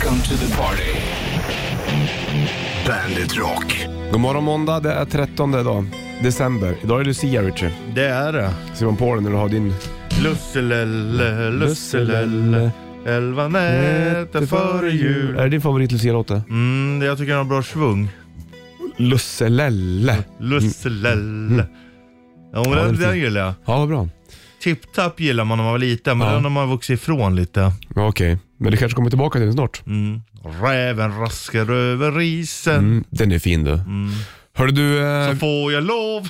Welcome to the party. Bandit Rock. God morgon måndag, det är 13 idag. December. Idag är Lucia, Richard. Det är det. Ser man på den när du har din... Lusselelle 11 nätter före jul. Är det din favorit Lucia-låt? Jag tycker den har bra svung. Lusselelle. Ja, men den gillar jag. Ja, vad bra. Tip-tap gillar man när man var liten, men den har man vuxit ifrån lite. Ja, okej. Men det kanske kommer tillbaka till den snart. Räven raskar över risen. Den är fin du. Hörde du... Så får jag lov.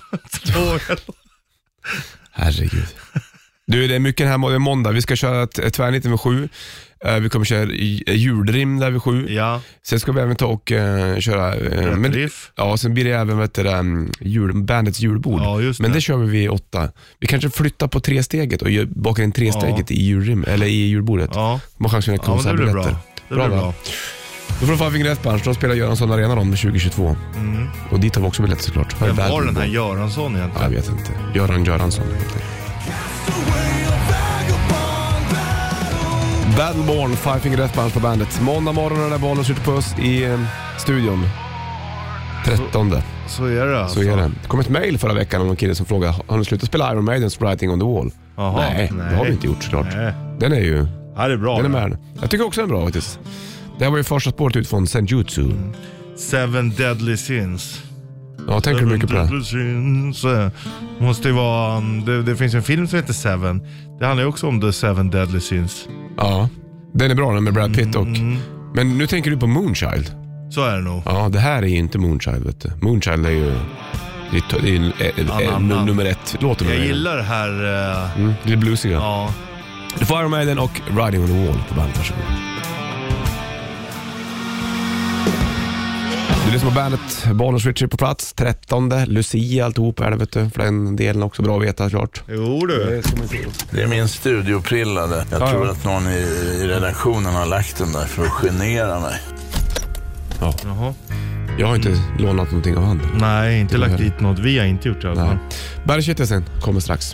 Herregud. Du, det är mycket här måndag. Vi ska köra ett tvärnitten med 7. Vi kommer köra julrim där vid 7. Ja. Sen ska vi även ta och köra... ja, sen blir det även bandets julbord. Ja, just det. Men det kör vi vid 8. Vi kanske flyttar på 3-steget och bakar in 3-steget i julrim, eller i julbordet. Ja. Man kanske kan det blir bra. Det blir bra. Då får du få Rättbransch. De spelar Göransson Arena med 2022. Och dit har vi också biljetter såklart. Vem var den här Göransson egentligen? Jag vet inte. Göransson heter. Battleborn, Five Finger Death Punch på bandet. Måndag morgon är bollen skjuter puss i studion. 13. Så är det alltså. Så är det. Det kom ett mejl förra veckan om någon kille som frågade: har ni slutat spela Iron Maidens Writing on the Wall? Aha, nej, det har vi inte gjort såklart. Nej. Den är ju... Ja, det är bra. Den är med. Jag tycker också den är bra faktiskt. Det här var ju första spåret ut från Senjutsu. Seven Deadly Sins. Ja, tänker du mycket på det? Sins. Måste ju vara... Det finns en film som heter Seven. Det handlar ju också om The Seven Deadly Sins. Ja, den är bra den med Brad Pitt och... Men nu tänker du på Moonchild. Så är det nog. Ja, det här är ju inte Moonchild, vet du. Moonchild är ju... Det är nummer 1 låten. Jag gillar det här... det är bluesiga. Ja. Du får Iron Maiden och Riding on the Wall på bandet, varsågod. Du lyssnar på bandet, Bollnäs Switcher på plats 13, Lucia alltihop är det, vet du. För den delen också bra att veta, klart. Jo du. Det är min studioprillade. Jag tror att någon i redaktionen har lagt den där för att genera mig. Ja. Jaha. Jag har inte lånat någonting av han. Nej, inte lagt dit något. Vi har inte gjort det alltså. Barry Kittelsen kommer strax.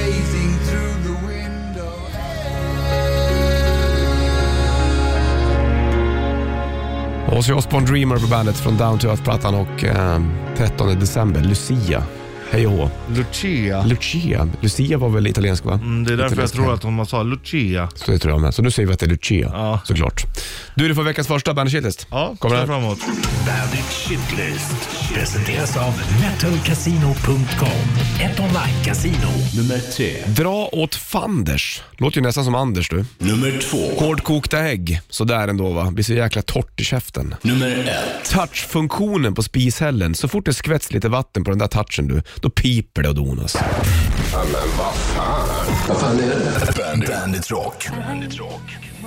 Ozzy Osbourne Dreamer på bandet från Down to Earth-plattan och 13 december, Lucia. Hej och hå. Lucia var väl italiensk, va? Det är därför jag tror att hon sa Lucia. Så det tror jag med. Så nu säger vi att det är Lucia, ja. Såklart. Du får veckans första Bandit Shitlist. Ja, kommer framåt. Bandit Shitlist presenteras av metalcasino.com. Ett online-casino. Nummer 3. Dra åt fanders. Låter ju nästan som Anders, du. Nummer 2. Hårdkokta ägg. Så där ändå, va? Blir så jäkla torrt i käften. Nummer 1. Touchfunktionen på spishällen. Så fort det skvätts lite vatten på den där touchen, du, då piper det och donas. Men vad fan? Vad fan är det? Bandit Rock. Bandit Rock.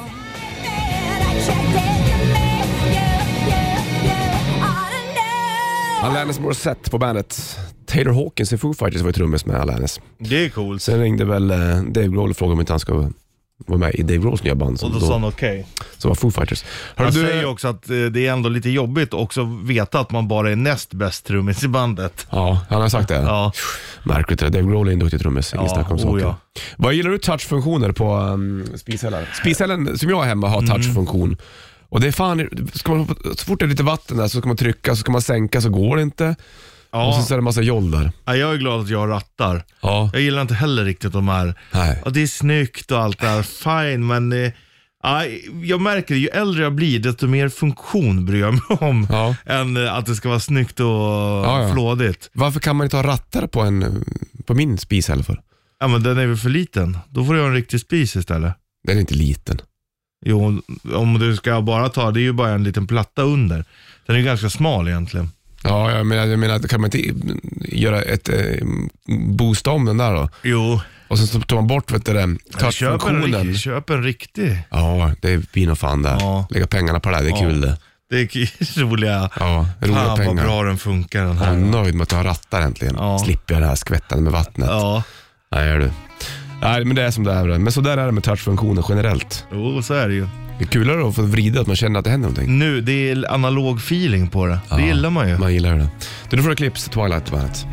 Alanis Morissette på bandet. Taylor Hawkins i Foo Fighters var ju trummis med Alanis. Det är coolt. Sen ringde väl Dave Grohl och frågade om inte han ska vara med i Dave Grohls nya band. Och då sa han okej. Så var Foo Fighters. Han säger också att det är ändå lite jobbigt också veta att man bara är näst bäst trummis i bandet. Ja, han har sagt det. Ja. Märkligt det. Dave Grohl är en duktig trummis. Ingen snack om saker. Ja. Vad gillar du touchfunktioner på spishällar? Spishällen som jag har hemma har touchfunktion. Och det är fan, så fort det är lite vatten där så ska man trycka, så ska man sänka, så går det inte. Ja. Och så är det en massa joll där. Ja, jag är glad att jag rattar. Ja. Jag gillar inte heller riktigt de här. Nej. Ja, det är snyggt och allt där, fine, men jag märker ju äldre jag blir, desto mer funktion bryr jag mig om än att det ska vara snyggt och flådigt. Varför kan man inte ha rattar på min spishäll för? Ja, men den är väl för liten. Då får du ha en riktig spis istället. Den är inte liten. Jo, om du ska bara ta, det är ju bara en liten platta under. Den är ju ganska smal egentligen. Ja, jag menar, kan man inte göra ett boost om den där då? Jo. Och sen så tar man bort touchfunktionen. Köp en riktig. Ja, det är fin och fan där. Ja. Lägga pengarna på det här, det är kul det. Det är roliga. Ja, roliga pengar. Vad bra den funkar den här. Jag är nöjd med att jag rattar äntligen. Ja. Slipper jag det här skvättande med vattnet. Ja. Nej, är du. Nej, men det är som det är. Men så där är det med touchfunktionen generellt. Jo, så är det ju. Det är kulare att få vrida, att man känner att det händer någonting. Nu, det är analog feeling på det. Det gillar man ju. Man gillar det. Du får du Clips, Twilight bandet.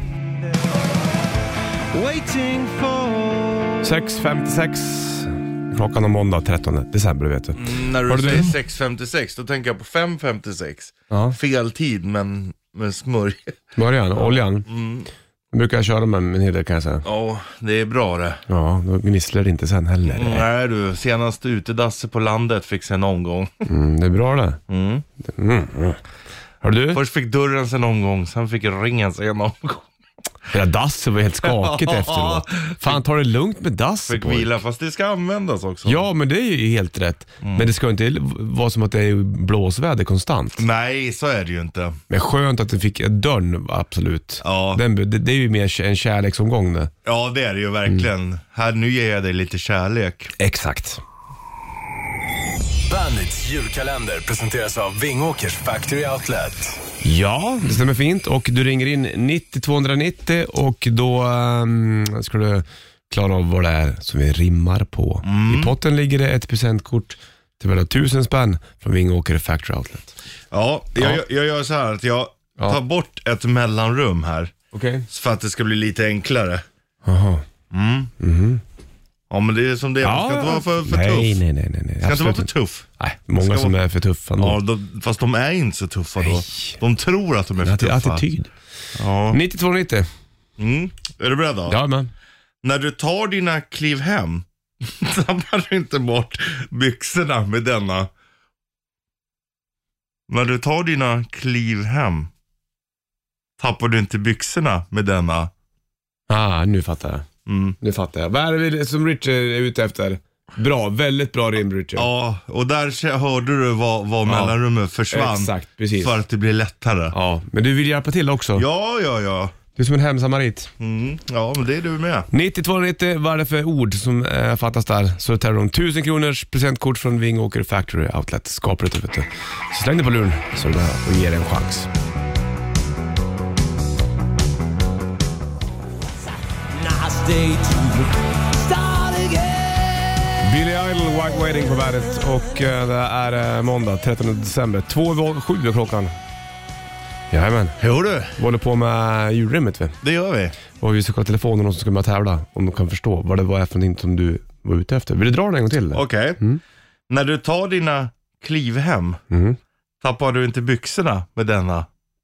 6:56 klockan om måndag 13 december, vet du. När du säger 6.56, då tänker jag på 5.56. Ja. Fel tid, men med smörj. Smörjan, oljan. Jag brukar köra med en hel del, kan jag säga. Ja, det är bra det. Ja, då gnisslar det inte sen heller. Nej du, senast utedasse på landet fick sig en omgång. Det är bra det. Hör du? Först fick dörren sig en omgång, sen fick ringen sig en omgång. Det där dasset var helt skakigt efteråt. Fan, ta det lugnt med dasset. Fick vila, fast det ska användas också. Ja, men det är ju helt rätt. Men det ska inte vara som att det är blåsväder konstant. Nej, så är det ju inte. Men skönt att du fick dörren, absolut. Ja. Det är ju mer en kärleksomgång det. Ja, det är det ju verkligen. Här, nu ger jag dig lite kärlek. Exakt. Bandits julkalender presenteras av Vingåkers Factory Outlet. Ja, det stämmer fint. Och du ringer in 90-290 och då ska du klara av vad det är som vi rimmar på. I potten ligger det ett presentkort till värde 1000 spänn från Vingåker Factory Outlet. Ja, jag gör så här att jag tar bort ett mellanrum här. Okej. För att det ska bli lite enklare. Jaha. Ja, men det är som det är. Man ska inte vara för tuff. Nej. Ska inte vara för tuff. Nej, många som är för tuffa ändå. Ja, fast de är inte så tuffa då. De tror att de är för tuffa. Attityd. Ja. 90-290. Är du beredd då? Ja, men. När du tar dina kliv hem, tappar du inte bort byxorna med denna. När du tar dina kliv hem, tappar du inte byxorna med denna. Nu fattar jag. Nu fattar jag. Vad är det som Richard är ute efter? Bra, väldigt bra rim, Richard. Ja, och där hörde du vad mellanrummet försvann. Exakt, precis. För att det blir lättare. Ja, men du vill hjälpa till också. Ja. Du är som en hemsamarit. Ja, men det är du med. 90-290, vad är det för ord som fattas där? Så tar de 1000 kronors presentkort från Vingåker Factory Outlet. Skapar det, vet du. Så släng det på luren så det och ger en chans. Billy Idol, White Wedding på bandet. Och det är måndag 13 december. 2:07 klockan. Jajamän. Jo du. Vi håller på med julrimmet, vi. Det gör vi. Och vi ska kolla telefonen och så ska man tävla. Om de kan förstå vad det var för någonting som du var ute efter. Vill du dra den en gång till? Okej. När du tar dina kliv hem, tappar du inte byxorna med denna.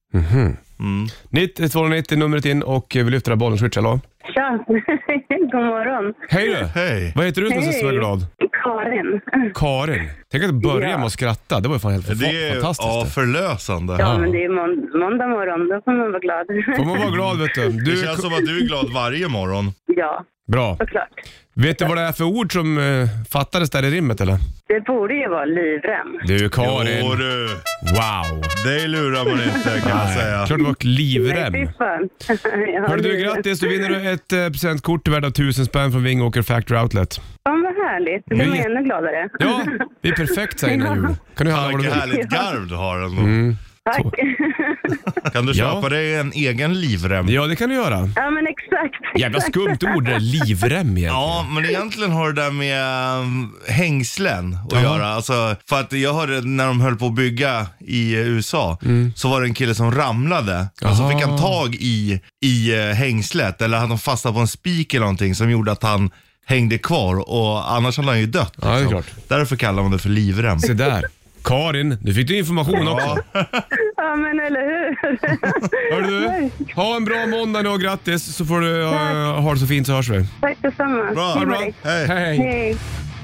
90-290 numret in och vi lyfter bollen. Switch, hallå? Tja, god morgon. Hej du! Hej. Vad heter du som är så glad? Karin. Tänk att börja med att skratta. Det var ju fan helt fantastiskt. Ja, förlösande. Ja, men det är måndag morgon. Då får man vara glad. Får man vara glad, vet du. Det känns som att du är glad varje morgon. Ja, Bra. såklart. Vet du vad det är för ord som fattades där i rimmet, eller? Det borde ju vara livrem. Du, Karin. Jo, du. Wow. Det lurar man inte, kan man säga. Klart det var livrem. Nej, fy fan. Hörru du, grattis. Du vinner ett presentkort värd av 1000 spänn från Vingåker Factory Outlet. Ja, vad härligt. Det blir ännu gladare. Ja, det är perfekt så här innan jul. Kan du handla vad du Vilket vill? härligt garv du har ändå. Tack. Kan du köpa dig en egen livrem? Ja, det kan du göra. Ja, men exakt. Jävla skumt ord, det livrem egentligen. Ja, men egentligen har det där med hängslen att göra. Alltså, för att jag hörde när de höll på att bygga i USA så var det en kille som ramlade. Och så fick han tag i hängslet, eller han fastnade på en spik eller någonting som gjorde att han hängde kvar, och annars hade han ju dött. Ja, det är klart. Därför kallar man det för livrem. Se där. Karin, du fick du information också. Ja, men eller hur? Hörru du, ha en bra måndag nu och grattis, så får du ha det så fint, så hörs vi. Tack detsamma. Bra. Ha det bra. Hej. Hej. Hej.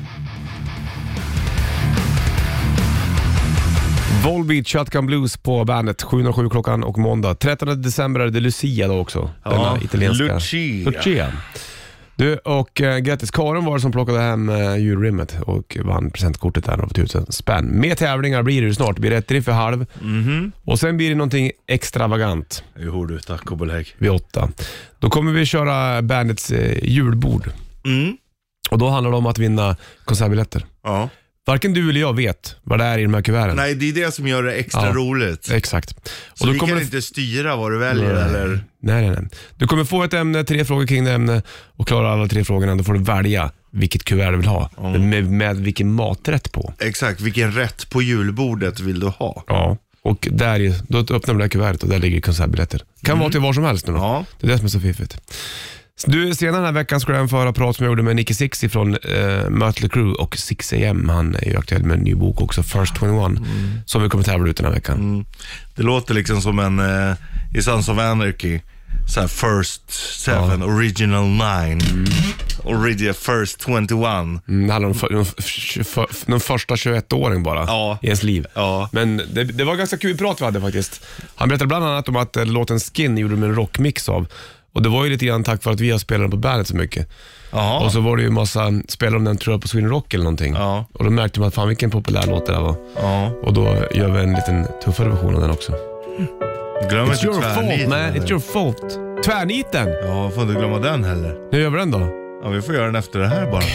Volbeat Shotgun Blues på bandet 7:07 klockan och måndag 13 december är det Lucia då också. Denna italienska Lucia. Du, och grattis. Karin var det som plockade hem julrimmet och vann presentkortet där av 1000 spänn. Med tävlingar blir det snart. Det blir rätt för halv. Och sen blir det någonting extravagant. Jo du, tack och belägg. Vid 8. Då kommer vi köra bandets julbord. Och då handlar det om att vinna konsertbiljetter. Ja. Varken du eller jag vet vad det är i de här kuverten. Nej, det är det som gör det extra roligt. Exakt. Så och då kan inte styra vad du väljer, eller? Nej. Du kommer få ett ämne, 3 frågor kring det ämne, och klarar alla 3 frågorna, då får du välja vilket kuvert du vill ha. Med vilken maträtt på. Exakt, vilken rätt på julbordet vill du ha? Ja, och då öppnar du det här kuvertet och där ligger konsertbiljetter. Kan vara till var som helst nu då. Ja. Det är det som är så fiffigt. Du, senare den här veckan ska jag föra prat som jag gjorde med Nicky Six från Mötley Crüe och 6am. Han är ju aktuell med en ny bok också, First 21, som vi kommer tävla ut den här veckan. Det låter liksom som en i Sons of Anarchy. Så här, First 7, Original 9, Original First 21. Det handlar om de första 21-åring bara i ens liv. Men det var ganska kul prat vi hade faktiskt. Han berättade bland annat om att låten Skin gjorde de en rockmix av. Och det var ju lite grann tack för att vi har spelat på bandet så mycket. Och så var det ju massa spelare om den, tror jag, på Sweden Rock eller någonting. Och då märkte man att fan vilken populär låt det där var. Och då gör vi en liten tuffare version av den också. Glöm It's inte your fault, tvärniten, man. eller? It's your fault. Tvärniten. Ja, får du glömma den heller. Nu gör vi den då. Ja, vi får göra den efter det här bara.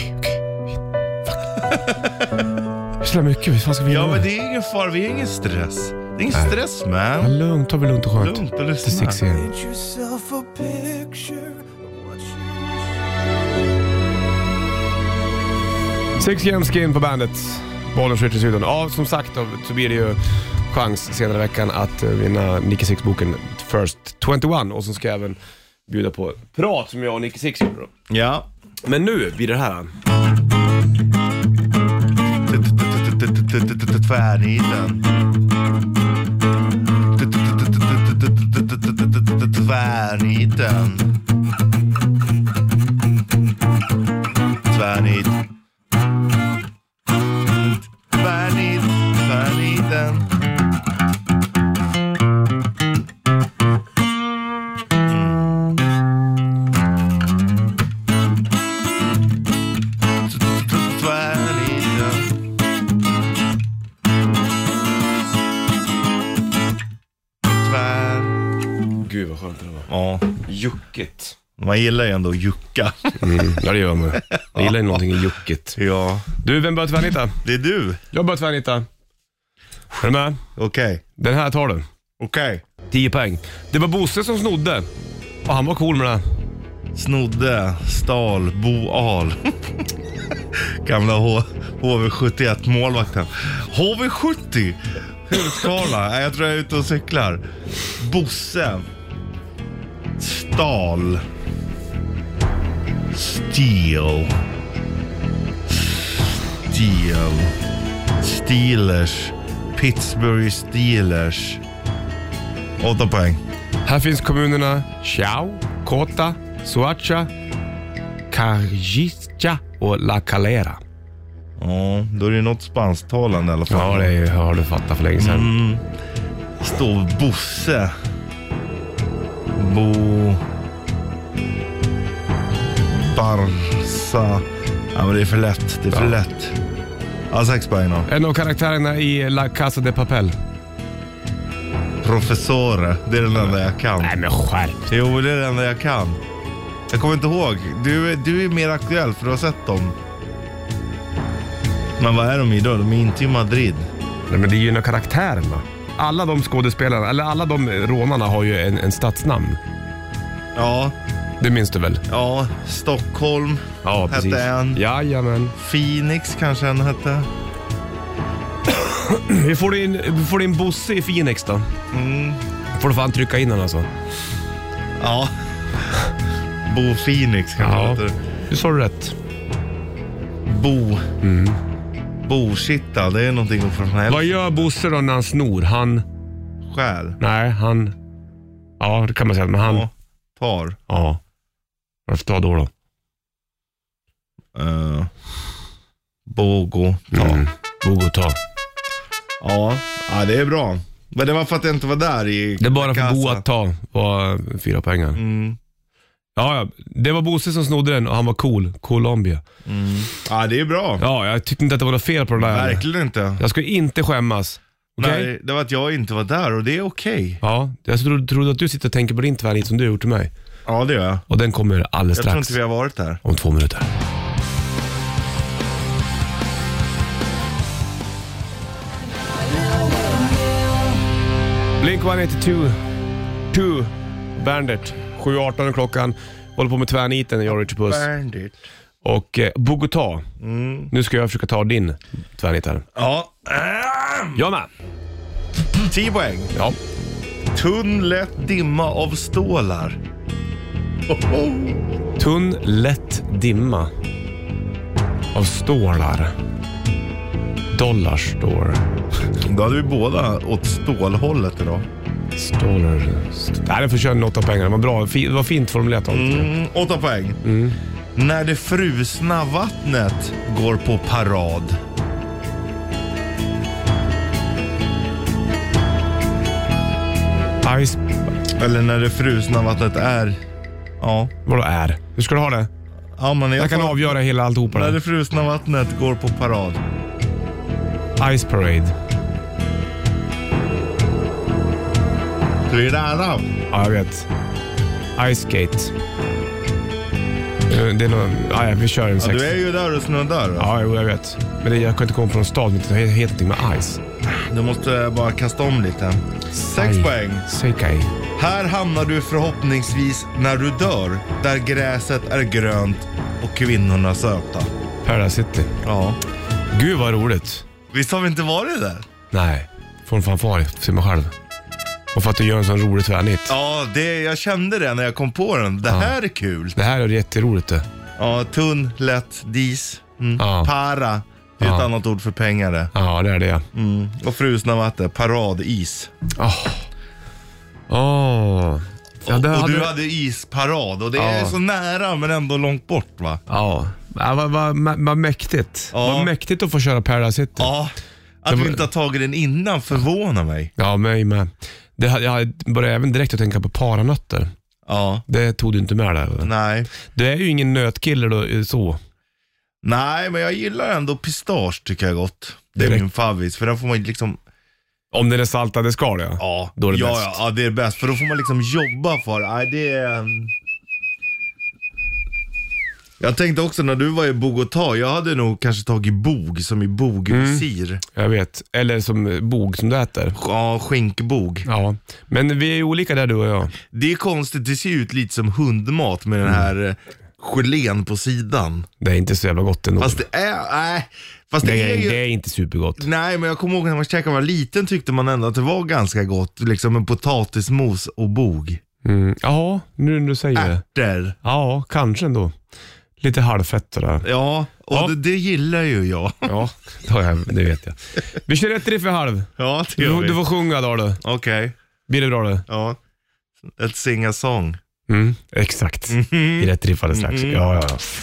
Så mycket, vi fan ska vi göra? Ja, men det är ingen far, vi är ingen stress. Det är ingen stress, man. Lugnt, ta vi lugnt och skönt. Lugnt och Till lyssna. 6am. 6am Skin på bandet. Bollen skjuter i studion. Ja, som sagt då, så blir det ju chans senare i veckan att vinna Nicky Six-boken First 21. Och så ska jag även bjuda på prat som jag och Nicky Six gjorde då. Ja. Men nu blir det här. Tvärniten. Tvärniten. Tvärnit. Tvärnit. Tvärniten. Gud vad skönt det var. Ja, Juckigt. man gillar ju ändå att jucka. Ja, det gör man. Jag gillar ju någonting juckigt. Ja, Du, vem börjar tvärnita? det är du. Jag börjar tvärnita. Är du med? Okej. Den här tar du. Okej. 10 poäng. Det var Bosse som snodde. Och han var cool med det. Snodde, stal, Boal. Gamla HV71 målvakten. HV70. Huvudskala. Nej, jag tror jag är ute och cyklar. Bosse. Stal. Steel. Steelers. Pittsburgh Steelers. 8 poäng. Här finns kommunerna Chao, Kota, Soacha, Cargista och La Calera. Ja, då är det något spansktalande i alla fall. Ja, det har du fattat för länge sedan. Står Bosse. Barca. Ja, men det är för lätt. Det är för lätt. Ja, 6 poäng då. En av karaktärerna i La Casa de Papel. Professore. Det är den enda jag kan. Nej, men skärp. Jo, det är den enda jag kan. Jag kommer inte ihåg. Du är mer aktuell för du har sett dem. Men vad är de i då? De är inte i Madrid. Nej, men det är ju en av karaktärerna. Alla de skådespelarna, eller alla de rånarna har ju en stadsnamn. Ja. Det minns du väl? Ja, Stockholm Ja, precis. hette en. Jajamän. Phoenix kanske en hette. Vi får in Bosse i Phoenix då. Får du fan trycka in den alltså. Ja. Bo Phoenix kanske Ja, heter. du sa rätt. Bo-shitta, det är någonting från här. Vad gör Bosse då när han snor? Han... Själ. Nej, han... Ja, det kan man säga, men han... Ja. Tar. Ja. Varför ta då? Bogo. Bogotá. Ja, det är bra. Men det var för att jag inte var där i... Det är bara för kassa. Bo att ta var 4 pengar. Ja, det var Bosse som snodde den och han var cool. Colombia. Ja, det är bra. Ja, jag tyckte inte att det var något fel på det där. Verkligen inte. Jag ska inte skämmas. Okej? Nej, det var att jag inte var där och det är okej. Ja, jag trodde att du sitter och tänker på din tvärnit som du har gjort till mig. Ja, det gör jag. Och den kommer alldeles Jag tror strax. inte vi har varit där. Om 2 minuter. Blink-182 Bandit 7:18 klockan. Håller på med tvärniten i Richard Puss. Bandit. Och Bogotá. Nu ska jag försöka ta din tvärnit här. Ja. Jag med. 10 poäng. Ja. Tunn lätt dimma av stålar. Tunn, lätt dimma av stålar. Dollarstore. Då hade vi båda åt stålhållet idag. Stålar. Nej, den får köra 8 pengar. Det var bra. Det var fint formulerat. 8 poäng. När det frusna vattnet går på parad. Ice. Eller när det frusna vattnet är... Ja. Vadå är? Hur ska du ha det? Ja, men Jag kan avgöra hela alltihopa. När Där. det frusna vattnet går på parad. Ice Parade. Du är nära. Ja, jag vet. Ice Skate. Det är nog... Ja, vi kör en Ja, 6. du är ju där och snuddar. Ja, jo, jag vet. Men det, jag kan inte komma från stad. Det heter någonting med ice. Du måste bara kasta om lite. 6 poäng. Sekai. Här hamnar du förhoppningsvis när du dör. Där gräset är grönt och kvinnorna söta. Paradise City. Ja. Gud vad roligt. Visst har vi inte varit där? Nej, får en fanfar till mig själv. Och för att du gör en sån rolig tvärnit. Ja, jag kände det när jag kom på den. Det här är kul. Det här är jätteroligt det. Ja, tunn, lätt, dis. Ja. Para. Det är ett annat ord för pengar det. Ja, det är det. Och frusna vatten. Paradis. Ja, det och du hade isparad. Och det är så nära men ändå långt bort, va? Ja, vad mäktigt. Ja. Vad mäktigt att få köra Paradise City. Ja. Att vi inte har tagit den innan förvånar mig. Ja, mig med. Jag började även direkt att tänka på paranötter. Ja. Det tog du inte med där. Eller? Nej. Du är ju ingen nötkille då, så. Nej, men jag gillar ändå pistage tycker jag gott. Det är Direkt. min favvis. För då får man liksom... Om den är saltade skal, ja. Ja, Då är det bäst. ja, det är bäst. För då får man liksom jobba för det. Nej, det är... Jag tänkte också när du var i Bogotá, jag hade nog kanske tagit bog som i bogvisir. Jag vet. Eller som bog som du äter. Ja, skinkbog. Ja. Men vi är olika där, du och jag. Det är konstigt, det ser ut lite som hundmat med den här gelén på sidan. Det är inte så jävla gott ändå. Fast det är... Nej, fast det är ju... Det är inte supergott. Nej, men jag kommer ihåg när man käkade var liten tyckte man ändå att det var ganska gott. Liksom en potatismos och bog. Ja, nu när du säger det. Ärtor. Ja, kanske ändå. Lite halvfett där. Ja, och Ja. det gillar ju jag. Ja, det vet jag. Vi kör ett riff i halv. Ja, det gör vi. Du får sjunga då du. Okej. Blir det bra du? Ja. Ett sing-a-song. Exakt. I rätt riff alldeles strax. Ja.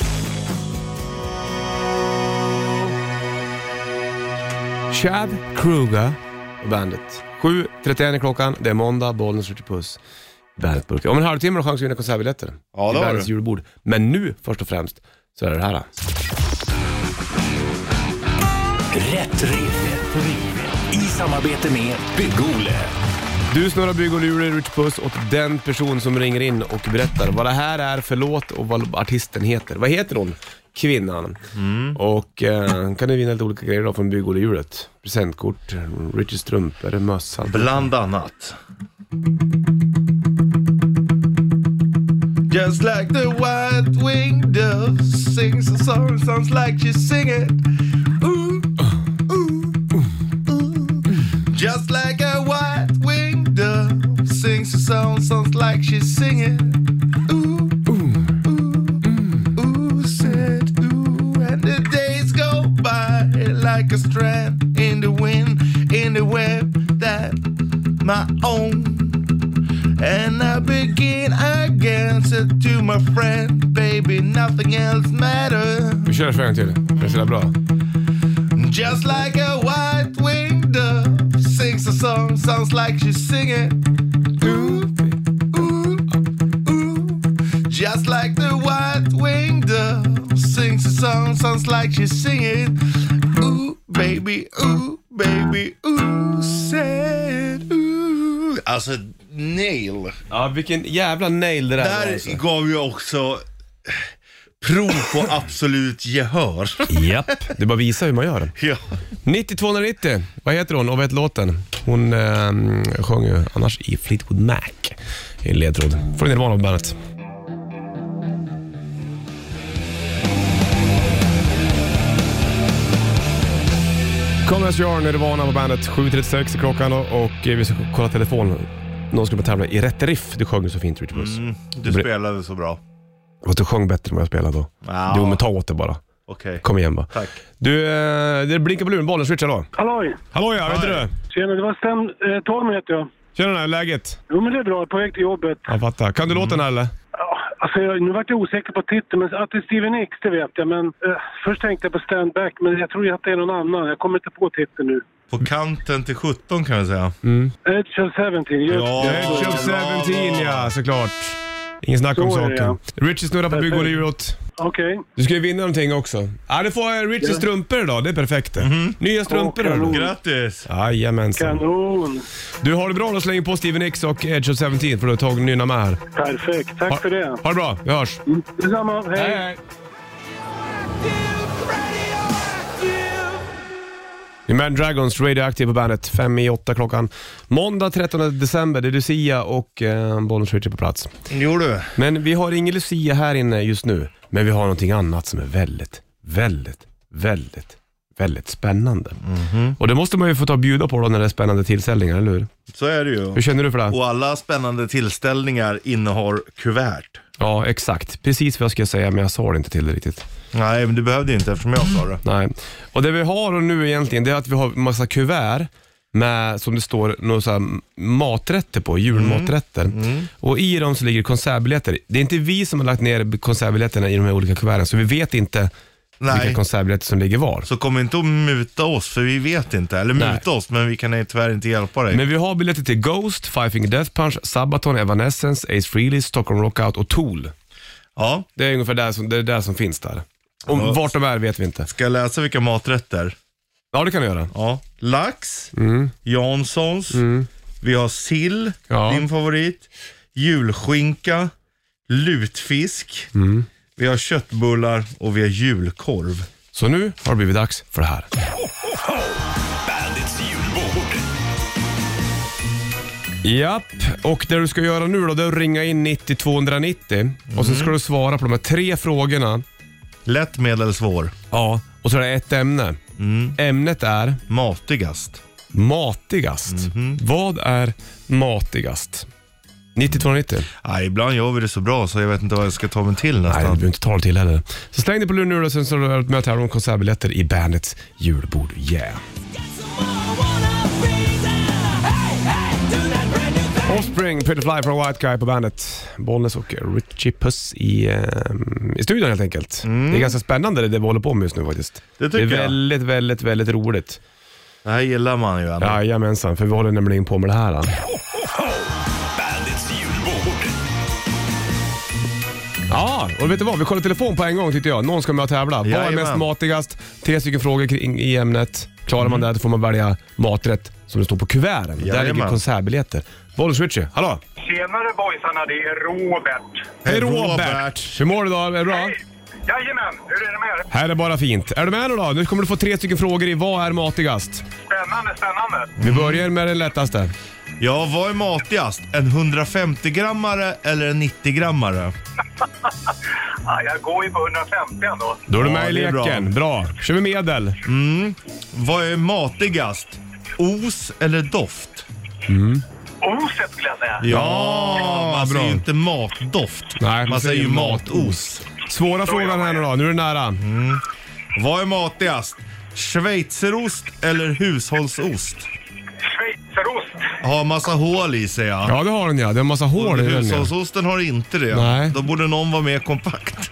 Chad Kruger och bandet. 7:31 är klockan. Det är måndag. Bollnäs skjuter puss. Bandetburk. Om en halvtimme har chans att vinna konsertbiljetter. Ja, det har bandets du. julbord. Men nu, först och främst, så är det här. Rätt riff. I samarbete med Bygg-Ole. Du snurrar bygg och lurar Rich Puss åt den person som ringer in och berättar vad det här är för låt och vad artisten heter. Vad heter hon? Kvinnan. Och kan du vinna lite olika grejer då från bygg och luret. Presentkort, Richie strumpor, mössa. Bland annat. Just like the white-winged dove sings a song, sounds like she's singing. Ooh, ooh, ooh. Just like a white-winged dove sings a song, sounds like she's singing. Ooh, ooh, ooh, ooh, said ooh, and the days go by like a strand in the wind, in the web that my own. And I begin again, said to my friend, baby, nothing else matters. Vi kör för en till. Det är så bra. Just like a white-winged dove sings a song, sounds like she's singing. Ooh, ooh, ooh. Just like the white-winged dove sings a song, sounds like she's singing. Ooh, baby, ooh, said ooh. Alltså, nail. Ja, vilken jävla nail det där var, Där alltså. gav ju också prov på absolut gehör. Japp, det bara visar hur man gör. Ja. 90-290, vad heter hon och vad heter låten? Hon sjöng ju annars i Fleetwood Mac i en ledtråd. Får ni vara på bandet. Come As You Are, Nirvana på bandet. 7:36 i klockan och vi ska kolla telefonen. Någon ska tävla i rätt riff. Du sjöng så fint, Richard Puss. Du spelade så bra. Och du sjöng bättre än vad jag spelade då. Ja. Jo, men ta åt det bara. Okej. Kom igen bara. Tack. Du, det blinkar på luren. Bollen switchar då. Halloj! Hallå ja, vet du? Tjena, det var Torm heter jag. Tjena, läget? Jo men det är bra, på väg till jobbet. Jag fattar. Kan du låten här eller? Ja, alltså nu vart jag osäker på titeln, men att det är Steven Nicks, det vet jag. Men först tänkte jag på Stand Back, men jag tror att det är någon annan. Jag kommer inte på titeln nu. På kanten till 17 kan jag säga. Edge of 17, just Ja. det. Edge of 17, ja såklart. Ingen snack om Så är det, saken. Richie snurrar på bygg och lurot. Okej. Du ska ju vinna någonting också. Ja, du får Richies strumpor idag, det är perfekt. Nya strumpor Åh, kanon. då. Grattis! Jajamensan. Kanon. Du har det bra, då slänger på Steven Nicks och Edge of 17 för du har tagit nynna med här. Perfekt, tack för det. Ha det bra, vi hörs. Detsamma, hej. Hej. Imagine Dragons, Radioactive på bandet, 5:08 klockan. Måndag 13 december, det är Lucia och Bollnäs Switcher på plats. Jo du. Men vi har ingen Lucia här inne just nu. Men vi har någonting annat som är väldigt spännande. Och det måste man ju få ta och bjuda på då när det är spännande tillställningar, eller hur? Så är det ju. Hur känner du för det? Och alla spännande tillställningar innehar kuvert. Ja, exakt. Precis vad jag ska säga, men jag sa det inte till det riktigt. Nej, men du behövde inte eftersom jag sa det. Nej. Och det vi har nu egentligen, det är att vi har massa kuvert med, som det står, några så här maträtter på, julmaträtter. Och i dem så ligger konsertbiljetter. Det är inte vi som har lagt ner konsertbiljetterna i de här olika kuverten, så vi vet inte vilka konsertbiljetter som ligger var. Så kom inte att muta oss, för vi vet inte. Eller muta oss, men vi kan tyvärr inte hjälpa dig. Men vi har biljetter till Ghost, Five Finger Death Punch, Sabaton, Evanescence, Ace Frehley, Stockholm Rockout och Tool. Ja. Det är ungefär där som finns där. Om vart de är vet vi inte. Ska jag läsa vilka maträtter? Ja, det kan du göra. Ja. Lax, Janssons, vi har sill, din favorit, julskinka, lutfisk, vi har köttbullar och vi har julkorv. Så nu har det blivit dags för det här. Bandits julbord. Japp, och det du ska göra nu då, det är att ringa in 90-290 och så ska du svara på de här 3 frågorna. Lätt, medel, svår. Ja, och så är det ett ämne. Ämnet är Matigast. matigast. Vad är matigast? 90-290. Nej, ibland gör vi det så bra så jag vet inte vad jag ska ta mig till Nej, nästan. du behöver inte ta det till heller. Så släng dig på luren nu och sen så har du med om konsertbiljetter i bandets julbord. Yeah. Offspring, Pretty Fly for a White Guy på bandet. Bollnäs och Richie Puss i studion helt enkelt. Det är ganska spännande det vi håller på med just nu faktiskt. Det tycker är väldigt roligt. Det här gillar man ju ändå. Jajamensan, för vi håller nämligen på med det här. Bandits julbord. Ja, och vet du vad? Vi kollar telefon på en gång tyckte jag. Någon ska med och tävla. Vad är Jajamän. mest matigast? 3 stycken frågor kring i ämnet. Klarar man det, då får man välja maträtt som det står på kuverten. Där Jajamän. ligger konsertbiljetter. Bollnäs Richie, hallå! Tjenare boysarna, det är Robert. Hej Robert. Robert! Hur mår du då? Är det bra? Hej! Jajamän, hur är det med er? Här är bara fint. Är du med nu då? Nu kommer du få 3 stycken frågor i vad är matigast? Spännande. Vi börjar med den lättaste. Ja, vad är matigast? En 150-grammare eller en 90-grammare? Ja, jag går ju på 150 ändå. Då är du Ja, med i det är leken. Bra. Kör vi medel. Vad är matigast? Os eller doft? Oset skulle jag säga. Ja, man bra. säger ju inte matdoft. Nej, man säger ju matos. Svåra frågan här nu då. Nu är du nära. Vad är matigast? Schweizerost eller hushållsost? Schweizerost. Har massa hål i sig, ja. Ja, det har den ja. Det är en massa hål i den. Ja. Hushållsosten har inte det. Nej. Då borde någon vara mer kompakt.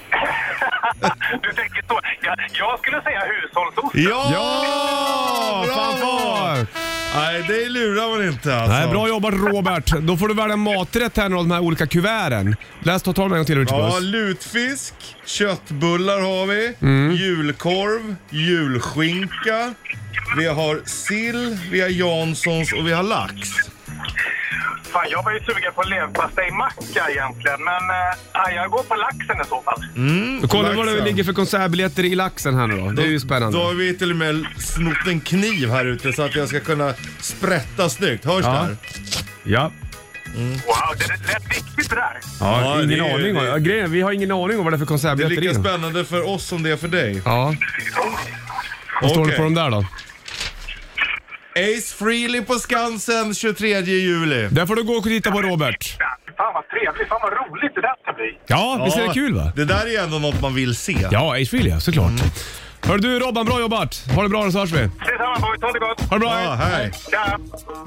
Du tänker så. Jag skulle säga hushållsost. Ja! Bra! Fanfar! Nej, det lurar man inte alltså. Nej, bra jobbat Robert. Då får du välja maträtt här nu av de här olika kuverten. Läs ta en gång till Richie Ja, Puss. lutfisk, köttbullar har vi, julkorv, julskinka, vi har sill, vi har Janssons och vi har lax. Fan, jag var ju sugen på leverpastejmacka egentligen, men jag går på laxen i så fall. Då kollar vi vad det laxen. ligger för konsertbiljetter i laxen här nu då. Det är ju spännande. Då har vi till och med snott en kniv här ute så att jag ska kunna sprätta snyggt. Hörs det här? Ja. Wow, det lät viktigt det där. Ja, ingen det är- aning. det- Grejen, vi har ingen aning om vad det är för Det är konsertbiljetter lika in. spännande för oss som det är för dig. Ja. Vad står det Okej. på dem där då? Ace Frehley på Skansen 23 juli. Där får du gå och titta på Robert. Fan vad trevligt. Fan vad roligt det där ska bli. Ja, visst är det kul va? Det där är ändå något man vill se. Ja, Ace Frehley, såklart. Hör du Robban, bra jobbat. Ha det bra, så hörs vi. Detsamma boys, ha det gott. Ha det bra. Ja, hej. Tja.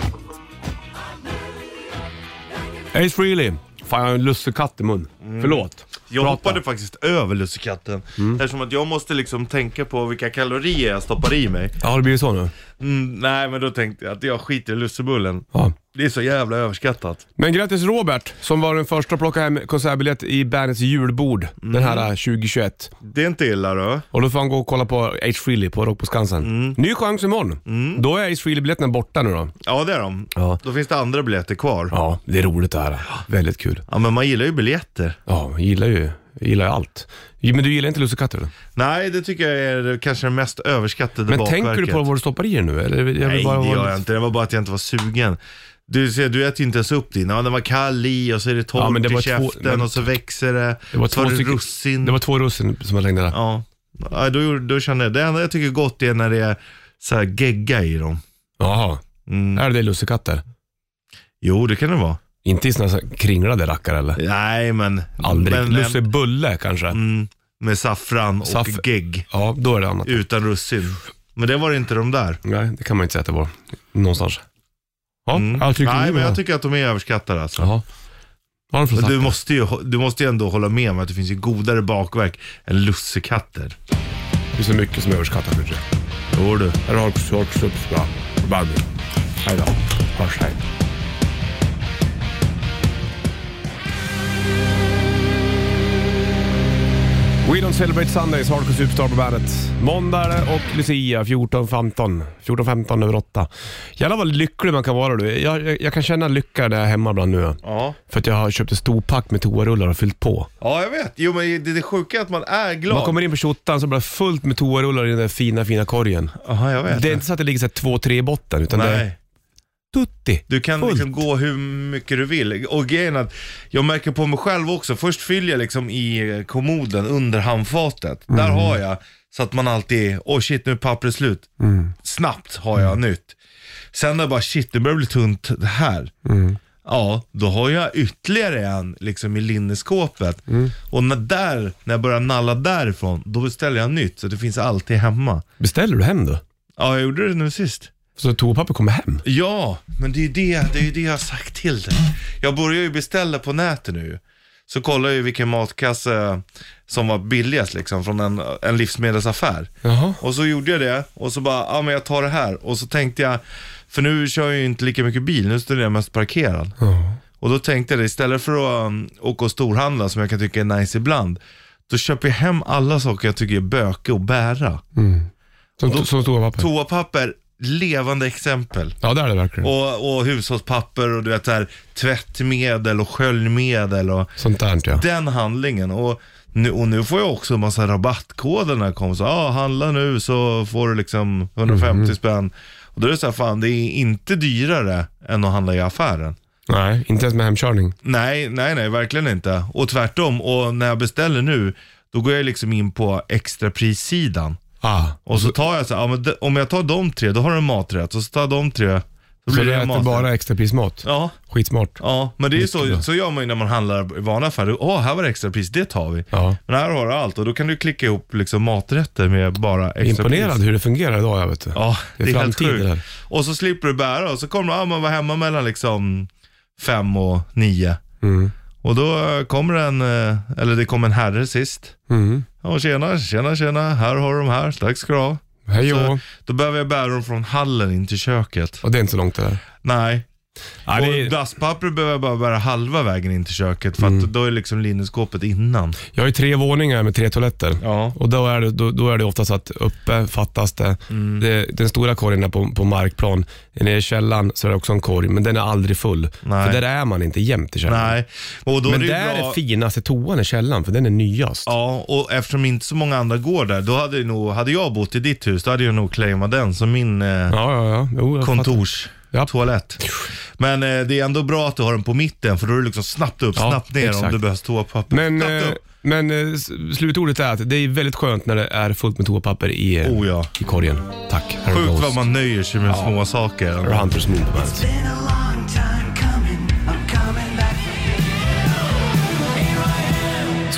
Ace Frehley. Fan, jag har en lussekatt i mun. Förlåt. Jag Prata. hoppade faktiskt över lussekatten. Eftersom att jag måste liksom tänka på vilka kalorier jag stoppar i mig. Ja, det blir så nu. Nej, men då tänkte jag att jag skiter i lussebullen. Ja. Det är så jävla överskattat. Men grattis Robert, som var den första att plocka hem konsertbiljett i bandets julbord den här 2021. Det är inte illa då. Och då får han gå och kolla på Ace Frehley på Rock på Skansen. Ny chans imorgon. Då är Ace Frehley-biljetterna borta nu då. Ja, det är de. Ja. Då finns det andra biljetter kvar. Ja, det är roligt det här. Väldigt kul. Ja, men man gillar ju biljetter. Ja, jag gillar ju allt. Men du gillar inte lussekatter då? Nej, det tycker jag är kanske det mest överskattade Men bakverket. tänker du på vad du stoppar i nu? Eller? Nej, det gör jag inte. Det var bara att jag inte var sugen. Du ser, du äter ju inte ens upp din. Ja, den var kall i och så är det torrt men det var i käften och så växer det. Det var så russin. Det var 2 russin som jag längde där. Ja, då känner jag. Det enda jag tycker är gott är när det är så här gegga i dem. Jaha. Är det lussekatter? Jo, det kan det vara. Inte i såna här kringlade rackar eller? Nej, men... Aldrig. Lussebulle kanske? Med saffran och gegg. Ja, då är det annat. Utan russin. Men det var inte de där. Nej, det kan man inte säga att det var. Någonstans. Ja, Nej, men jag tycker att de är överskattade alltså. Jaha. Vad Men du måste ju ändå hålla med om att det finns ju godare bakverk än lussekatter. Det är så mycket som är överskattat. Jo du. Här har du sorts bra. Barbie. Hej då. Hörs, hej. We Don't Celebrate Sundays, Hardcore Superstar på bandet. Måndag och Lucia 14.15 över 8. Jävlar vad lycklig man kan vara du. Jag kan känna lycka där hemma bland nu. Ja. För att jag har köpt en stor pack med toarullar och fyllt på. Ja, jag vet. Jo, men det är sjuka att man är glad. Man kommer in på 28 så blir det fullt med toarullar i den där fina korgen. Aha, jag vet. Det är inte så att det ligger så 2-3 i botten, utan det är tutti. Du kan liksom gå hur mycket du vill. Och grejen att jag märker på mig själv också. Först fyller jag liksom i kommoden under handfatet. Där har jag så att man alltid, shit, nu är pappret slut. Snabbt har jag nytt. Sen när bara shit, det börjar bli tunt det här. Ja, då har jag ytterligare en liksom i linneskåpet. Och när jag börjar nalla därifrån, då beställer jag nytt. Så det finns alltid hemma. Beställer du hem då? Ja, jag gjorde det nu sist. Så toapapper kommer hem? Ja, men det är det jag har sagt till dig. Jag börjar ju beställa på nätet nu. Så kollar jag ju vilken matkasse som var billigast liksom från en livsmedelsaffär. Jaha. Och så gjorde jag det. Och så bara, men jag tar det här. Och så tänkte jag, för nu kör jag ju inte lika mycket bil. Nu står jag mest parkerad. Och då tänkte jag, istället för att åka och storhandla som jag kan tycka är nice ibland, då köper jag hem alla saker jag tycker är böke och bära. Som toapapper? Toapapper, levande exempel. Ja, det är det verkligen. Och hushållspapper och du vet så här, tvättmedel och sköljmedel och sånt där, ja. Den handlingen. Och nu får jag också en massa rabattkoder när jag kommer så, handla nu så får du liksom 150 spänn. Och då är det så här, fan, det är inte dyrare än att handla i affären. Nej, inte ens med hemkörning. Nej, verkligen inte. Och tvärtom, och när jag beställer nu, då går jag liksom in på extraprissidan. Och så tar jag så här, men om jag tar de 3, då har du en maträtt. Och så tar de 3, då blir så det äter bara extraprismat? Ja. Skitsmart. Ja, men det är så gör man ju när man handlar i vanliga affärer. Här var det extrapris, det tar vi. Ja. Men här har du allt och då kan du klicka ihop liksom maträtter med bara extrapris. Imponerad hur det fungerar idag, jag vet. Ja, det är helt sjukt. Det och så slipper du bära och så kommer man vara hemma mellan liksom 5 och 9. Och då kommer det kom en herre sist. Ja, tjena, här har du de här, tack ska du ha. Hej. Då behöver jag bära dem från hallen in till köket. Och det är inte så långt det där. Nej. Och dasspapper behöver jag bara bära halva vägen in till köket. För att då är liksom linneskåpet innan. Jag har ju 3 våningar med 3 toaletter. Ja. Och då är det oftast att uppe fattas det. Den stora korgen är på markplan. Nere i källan så är det också en korg. Men den är aldrig full. Nej. För där är man inte jämt i källan. Nej. Och då men är det där bra... är finaste toan i källan. För den är nyast. Ja, och eftersom inte så många andra går där, då hade jag bott i ditt hus, då hade jag nog claimat den som min kontors toalett. Men det är ändå bra att du har den på mitten, för då är det liksom snabbt upp, snabbt ner exakt. Om du behövs toapapper. Men slutordet är att det är väldigt skönt när det är fullt med toapapper i korgen. Tack. Sjukt vad man nöjer sig med små saker. Hunters Moon på bandet.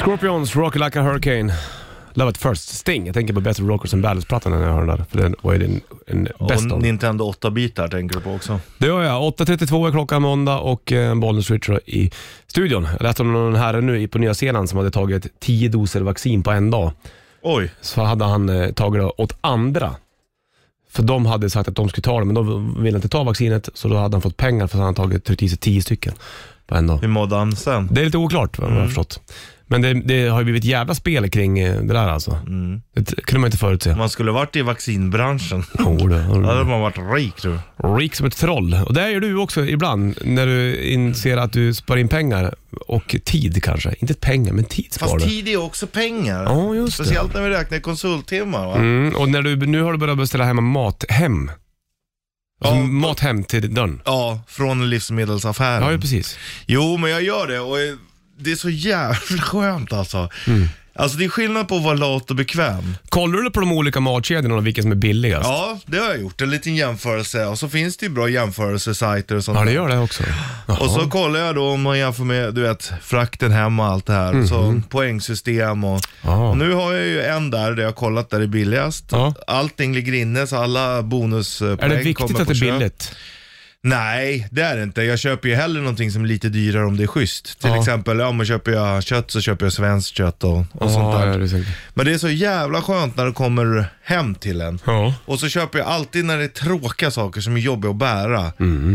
Scorpions, Rock Like a Hurricane. Love at First. Sting. Jag tänker på Better Rockers and Ballads-plattan när jag hör den där. För den var ju en bäst Och Nintendo 8-bitar tänker du på också. Det gör jag. 8.32 är klockan måndag och Bollnäs Richard i studion. Jag läste om någon här nu på Nya Zeeland som hade tagit 10 doser vaccin på en dag. Oj. Så hade han tagit det åt andra. För de hade sagt att de skulle ta det, men de ville inte ta vaccinet, så då hade han fått pengar för att han hade tagit i sig 10 stycken på en dag. Hur mådde han sen? Det är lite oklart vad jag har förstått. Men det har ju blivit jävla spel kring det där alltså. Det kunde man inte förutse. Man skulle varit i vaccinbranschen. Då hade man varit rik du. Rik som ett troll. Och det är ju du också ibland när du inser att du sparar in pengar och tid kanske. Inte pengar, men tid sparar. Fast tid är också pengar. Ja, just det. Speciellt när vi räknar konsulttimmar, va? Och när nu har du börjat beställa hem mat hem. Alltså mat hem till dörren. Ja, från livsmedelsaffären. Ja, precis. Jo, men jag gör det och det är så jävla skönt alltså. Alltså det är skillnad på att vara lat och bekväm. Kollar du på de olika matkedjorna och vilka som är billigast? Ja, det har jag gjort. En liten jämförelse. Och så finns det ju bra jämförelsesajter och sånt. Ja, det gör det också. Jaha. Och så kollar jag då om man jämför med, du vet, frakten hem och allt det här. Så poängsystem och nu har jag ju en där jag har kollat där det är billigast. Ja. Allting ligger inne så alla bonuspoäng kommer på. Är det viktigt att det är billigt? Nej, det är det inte. Jag köper ju hellre någonting som är lite dyrare om det är schysst. Till exempel, om man köper jag kött så köper jag svenskt kött och sånt där. Ja, men det är så jävla skönt när det kommer hem till en. Ja. Och så köper jag alltid när det är tråkiga saker som är jobbiga att bära.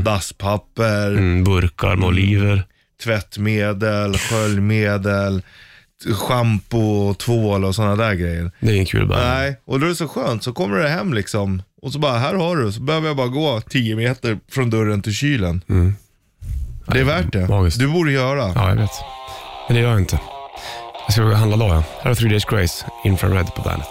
Dasspapper, burkar med oliver, tvättmedel, sköljmedel, shampoo, tvål och sådana där grejer. Det är ingen kul bara. Nej, och då är det så skönt. Så kommer det hem liksom. Och så bara, här har du. Så behöver jag bara gå 10 meter från dörren till kylen. Det är värt det. Magiskt. Du borde göra. Ja, jag vet. Men det gör jag inte. Jag ska handla då, ja. Här är 3 Days Grace, Infrared på bandet.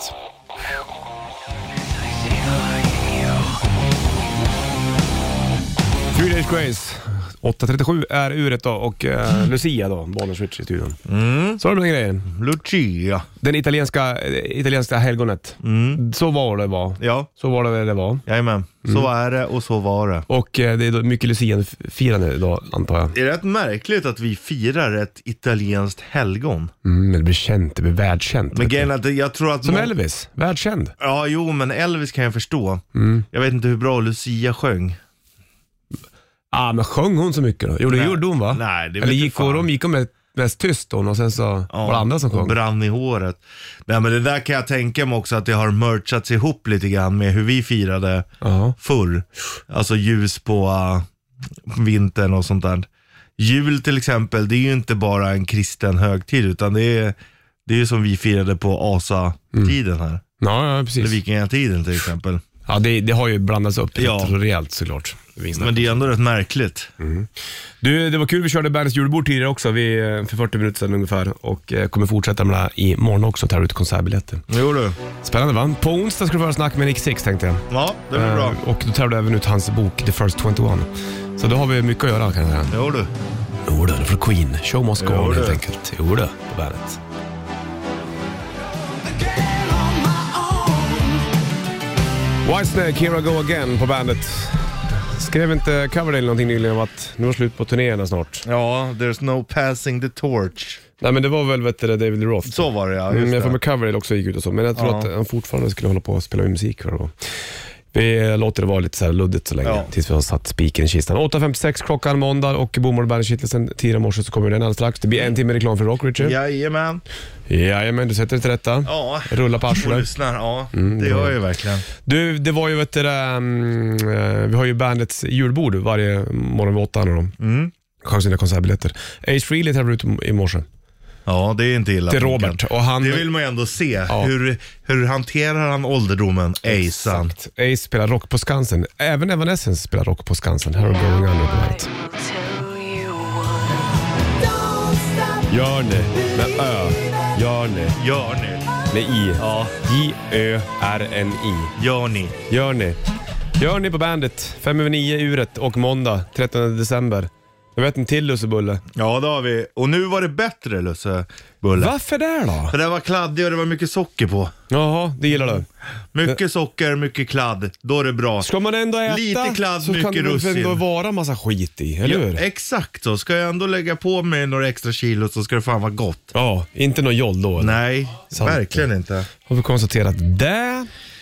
3 Days Grace. 8.37 är uret då och Lucia då, Bollnäs Richard i studion. Så är det med den grejen. Lucia. Den italienska helgonet. Så var det var. Ja. Så var det var. Jajamän. Så är det och så var det. Och det är då mycket Lucia-firande idag, antar jag. Det är rätt märkligt att vi firar ett italienskt helgon. Men det blir känt, det blir världskänt. Men grejen att jag tror att... Som Elvis, världskänd. Ja, jo, men Elvis kan jag förstå. Jag vet inte hur bra Lucia sjöng. Men sjöng hon så mycket då? Jo, det gjorde hon va? Nej, det eller gick hon mest tyst då, och sen så var det andra som sjöng. Brann i håret. Nej, men det där kan jag tänka mig också att det har merchats ihop lite grann med hur vi firade förr. Alltså ljus på vintern och sånt där. Jul till exempel, det är ju inte bara en kristen högtid, utan det är ju som vi firade på Asa-tiden här. Ja, precis. Eller vikingatiden till exempel. Ja, det har ju blandats upp rejält såklart. Men det är ändå rätt märkligt. Du, det var kul, vi körde Bandets julbord tidigare också för 40 minuter sedan ungefär. Och kommer fortsätta med det här imorgon också, tar ut konsertbiljetter. Jo du. Spännande va? På onsdag ska du få snack med Nick Six, tänkte jag. Ja, det blir bra. Och då tar du även ut hans bok The First 21. Så då har vi mycket att göra kan jag säga. Jo du. Jo du, för Queen. Show must go on helt enkelt. Jo du, på Bandet. Whitesnake, Here I Go Again på Bandet. Skrev inte Coverdale någonting nyligen om att nu var slut på turnéerna snart? Ja, there's no passing the torch. Nej, men det var väl David Lee Roth. Så var det, ja. Just jag får med Coverdale också gick ut och så. Men jag tror att han fortfarande skulle hålla på och spela musik. Vi låter det vara lite så här luddigt så länge tills vi har satt spiken i kistan. 8.56 klockan måndag och Bommar och Bandit Kittelsen 10 morse så kommer den alldeles strax. Det blir en timme reklam för Rock, Richard. Jajamän, du sätter det till rätta. Ja, rulla på arslet. Lyssnar, det gör jag ju verkligen. Du, det var ju vi har ju Bandets julbord varje morgon vid 8 då. Chansen konsertbiljetter. Ace Frehley tar ut i morse. Ja, det är inte illa. Till Robert. Och det vill man ju ändå se. Hur hanterar han ålderdomen? Acean. Ace spelar rock på Skansen. Även Evanescence spelar rock på Skansen. Här är Going Under på bandet. Gör ni med Ö. Gör ni med I. Ja. J-Ö-R-N-I. Gör ni på Bandet 5/9 uret och måndag 13 december Jag vet en till lussebulle. Ja, det har vi. Och nu var det bättre lussebulle. Varför det då? För det var kladdig och det var mycket socker på. Jaha, det gillar du. Mycket socker, mycket kladd. Då är det bra. Ska man ändå äta lite kladd, så mycket kan det russin. väl ändå vara massa skit i, eller hur? Exakt så. Ska jag ändå lägga på mig några extra kilo så ska det fan vara gott. Ja, inte någon joll då. Eller? Nej, Sant. verkligen inte. Har vi konstaterat det?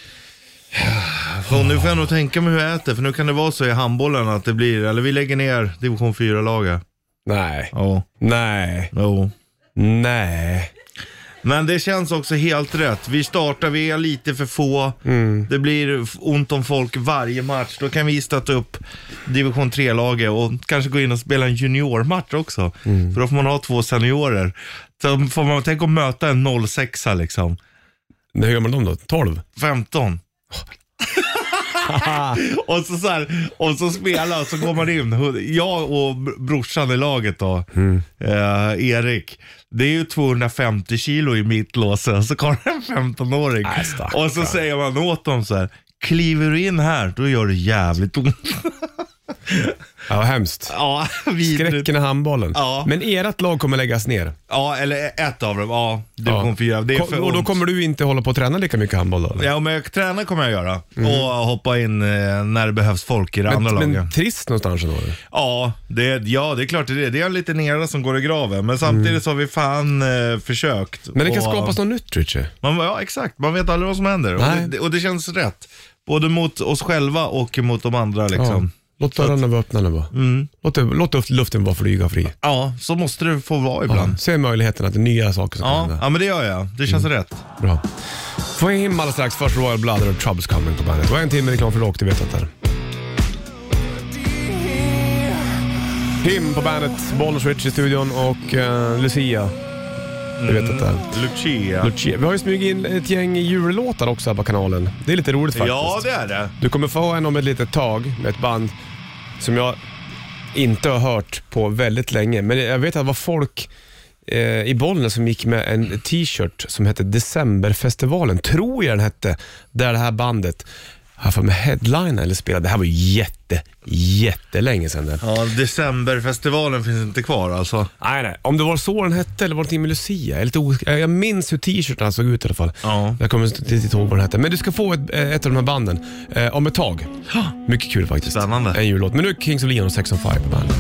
Så nu får jag nog tänka mig hur jag äter. För nu kan det vara så i handbollen att det blir, eller vi lägger ner division 4-laget. Nej. Ja. Nej. Jo. Nej. Men det känns också helt rätt. Vi är lite för få. Det blir ont om folk varje match. Då kan vi starta upp division 3-laget och kanske gå in och spela en juniormatch också. För då får man ha 2 seniorer. Så får man tänka att möta en 06 liksom. Hur gör man dem då? 12? 15. och så spelar och så går man in. Jag och brorsan i laget då, Erik. Det är ju 250 kilo i mitt låse. Så kommer en 15-åring. Och så säger man åt dem så här: kliver du in här, då gör det jävligt ont. Ja, hemskt. Ja, skräcken i handbollen. Ja. Men ert lag kommer läggas ner. Ja, eller ett av dem. Ja, division 4. Det är för och då ont. kommer du inte hålla på att träna lika mycket handboll då? Eller? Ja, men träna kommer jag göra. Och hoppa in när det behövs folk i det andra laget. Men trist någonstans då? Ja, det är klart det är. Det är en liten era som går i graven. Men samtidigt så har vi fan försökt. Men det kan skapas något nytt, Richard. Ja, exakt. Man vet aldrig vad som händer. Och det känns rätt. Både mot oss själva och mot de andra liksom. Ja. Låt dörrarna vara öppna nu bara. Låt luften vara flyga fri. Ja, så måste det få vara ibland. Ja, se möjligheten att det är nya saker som händer. Ja, men det gör jag. Det känns rätt. Bra. Får jag in alldeles strax. Först Royal Blood och Troubles Coming på bandet. Det var en timme reklam för rock, du vet inte. Him på bandet, Bollnäs Rich i studion och Lucia. Du vet inte. Lucia. Vi har ju smugit in ett gäng jullåtar också här på kanalen. Det är lite roligt faktiskt. Ja, det är det. Du kommer få en om ett litet tag med ett band som jag inte har hört på väldigt länge. Men jag vet att det var folk i Bollnäs som gick med en t-shirt som hette Decemberfestivalen, tror jag den hette, där det här bandet här för med headline eller spelade. Det här var ju jättelänge sedan det. Ja, Decemberfestivalen finns inte kvar alltså. Nej. Om det var så den hette eller var det med Lucia. Jag minns hur t-shirten såg ut i alla fall. Ja. Jag kommer inte ihåg vad den hette. Men du ska få ett av de här banden om ett tag. Mycket kul faktiskt. Spännande. En jullåt. Men nu är Kings of Leon och 6 on 5 på bandet.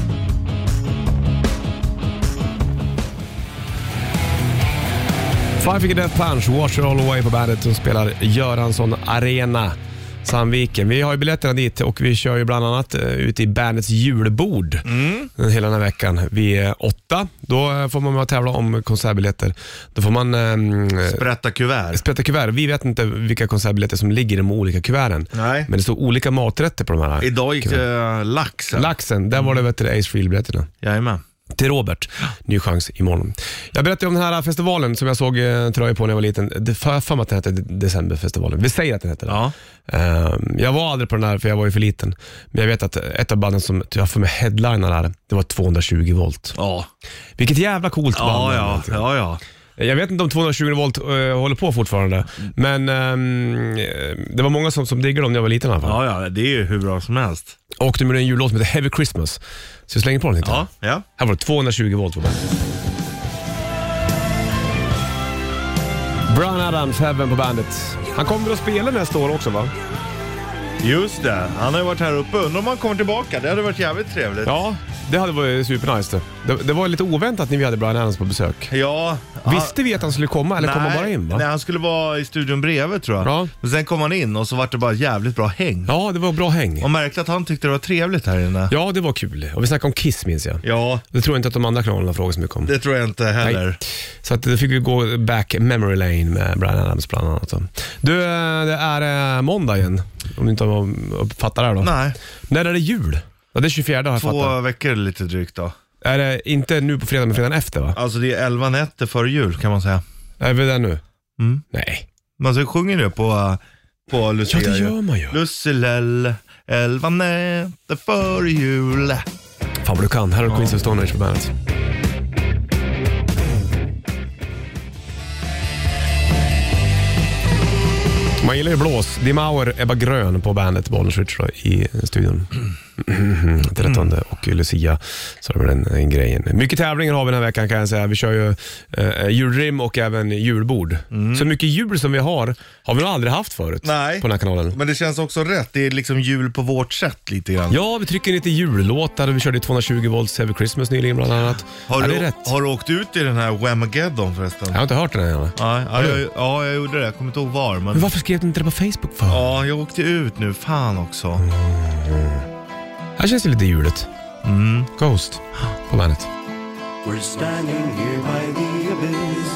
Five Finger Death Punch, Wash It All Away på bandet som spelar Göransson Arena Sandviken. Vi har ju biljetterna dit och vi kör ju bland annat ute i bandets julbord hela den här veckan. Vi är 8, då får man tävla om konsertbiljetter. Då får man sprätta kuvert. Vi vet inte vilka konsertbiljetter som ligger i de olika kuverten. Nej. Men det står olika maträtter på de här. Idag gick det Laxen. Där var det Ace Frehley-biljetterna. Jajamän. Till Robert, ny chans imorgon. Jag berättade om den här festivalen som jag såg tröja på när jag var liten. Det för mig att den hette Decemberfestivalen. Vi säger att den hette det. Ja. Jag var aldrig på den här för jag var ju för liten. Men jag vet att ett av banden som jag får med headliner här, det var 220 volt. Ja. Vilket jävla coolt band. Ja. Jag vet inte om 220 volt håller på fortfarande. Men det var många som diggade dem när jag var liten i alla fall. Ja, det är ju hur bra som helst. Och de gjorde en jullåt som heter Heavy Christmas. Så jag slänger på den lite. Ja. Här var det 220 volt på bandet. Bryan Adams, Heaven på bandet. Han kommer att spela nästa år också, va? Just det, han har ju varit här uppe. Undrar om han kommer tillbaka, det hade varit jävligt trevligt. Ja, det hade varit supernice det var lite oväntat när vi hade Bryan Adams på besök. Ja. Visste vi att han skulle komma eller kom han bara in, va? Nej, han skulle vara i studion bredvid tror jag. Ja. Men sen kom han in och så var det bara jävligt bra häng. Ja, det var bra häng. Och märkte att han tyckte det var trevligt här inne. Ja, det var kul. Och vi snackade om Kiss, minns jag. Ja. Det tror jag inte att de andra kanalerna frågar så mycket om. Det tror jag inte heller. Nej. Så att då fick vi gå back memory lane med Bryan Adams bland annat. Du, det är måndag igen. Om du inte uppfattar det här då. Nej. När är det jul? Ja, det är 24 har jag 2 fattat. veckor lite drygt då. Är det inte nu på fredag men fredagen efter, va? Alltså det är 11 nätter före jul kan man säga. Är vi där nu? Mm. Nej. Man så sjunger det på Lucia. Ja, det gör man ju. Lusselell, 11 nätter före jul. Fan vad du kan. Här har du Queens of Stone Age på bandet. Man gillar ju blås. Dimauer är bara grön på bandet Bollnäs Rich i studion. 13 och Lucia, så är det den grejen. Mycket tävlingar har vi den här veckan, kan jag säga. Vi kör ju julrim och även julbord. Så mycket jul som vi har vi nog aldrig haft förut. Nej. På den här kanalen. Men det känns också rätt. Det är liksom jul på vårt sätt lite grann. Ja, vi trycker lite jullåtar. Vi körde 220 volts Heavy Christmas nyligen bland annat. Det är rätt. Har du åkt ut i den här Whamageddon förresten? Jag har inte hört den än. Ja, jag gjorde det. Jag kommer inte ihåg var. Men varför skrev du inte det på Facebook för? Ja, jag åkte ut nu. Fan också. Här känns det lite julet. Ghost på bandet. We're standing here by the abyss.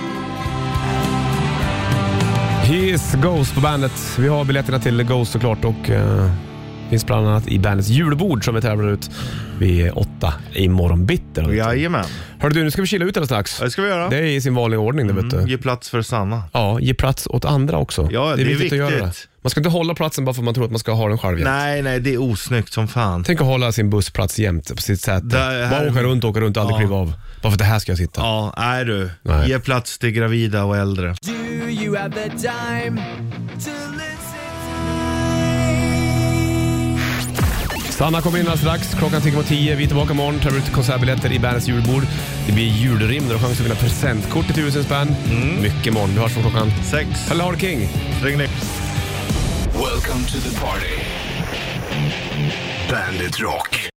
He's Ghost på bandet. Vi har biljetterna till Ghost såklart och finns bland annat i bandets julbord som vi tävlar ut vid 8 i morgon bitter. Jajamän. Hörru du, nu ska vi chilla ut alldeles strax. Det ska vi göra. Det är i sin vanliga ordning, det vet du. Ge plats för Sanna. Ja, ge plats åt andra också. Ja, det är viktigt. att göra det. Man ska inte hålla platsen bara för att man tror att man ska ha den själv. Nej, det är osnyggt som fan. Tänk att hålla sin bussplats jämt på sitt sätt. Bara åka runt, aldrig kliva av. Bara för att det här ska jag sitta. Ja, är du. Nej. Ge plats till gravida och äldre. Do you have the time to listen? Sanna kommer in strax, klockan 10:10. Vi är tillbaka imorgon, tar ut konsertbiljetter i bandets julbord. Det blir julrim där och chans att vinna presentkort till 1000 spänn. Mycket imorgon, vi hörs från klockan 6. Eller har du King? Ring ner. Welcome to the party. Bandit Rock.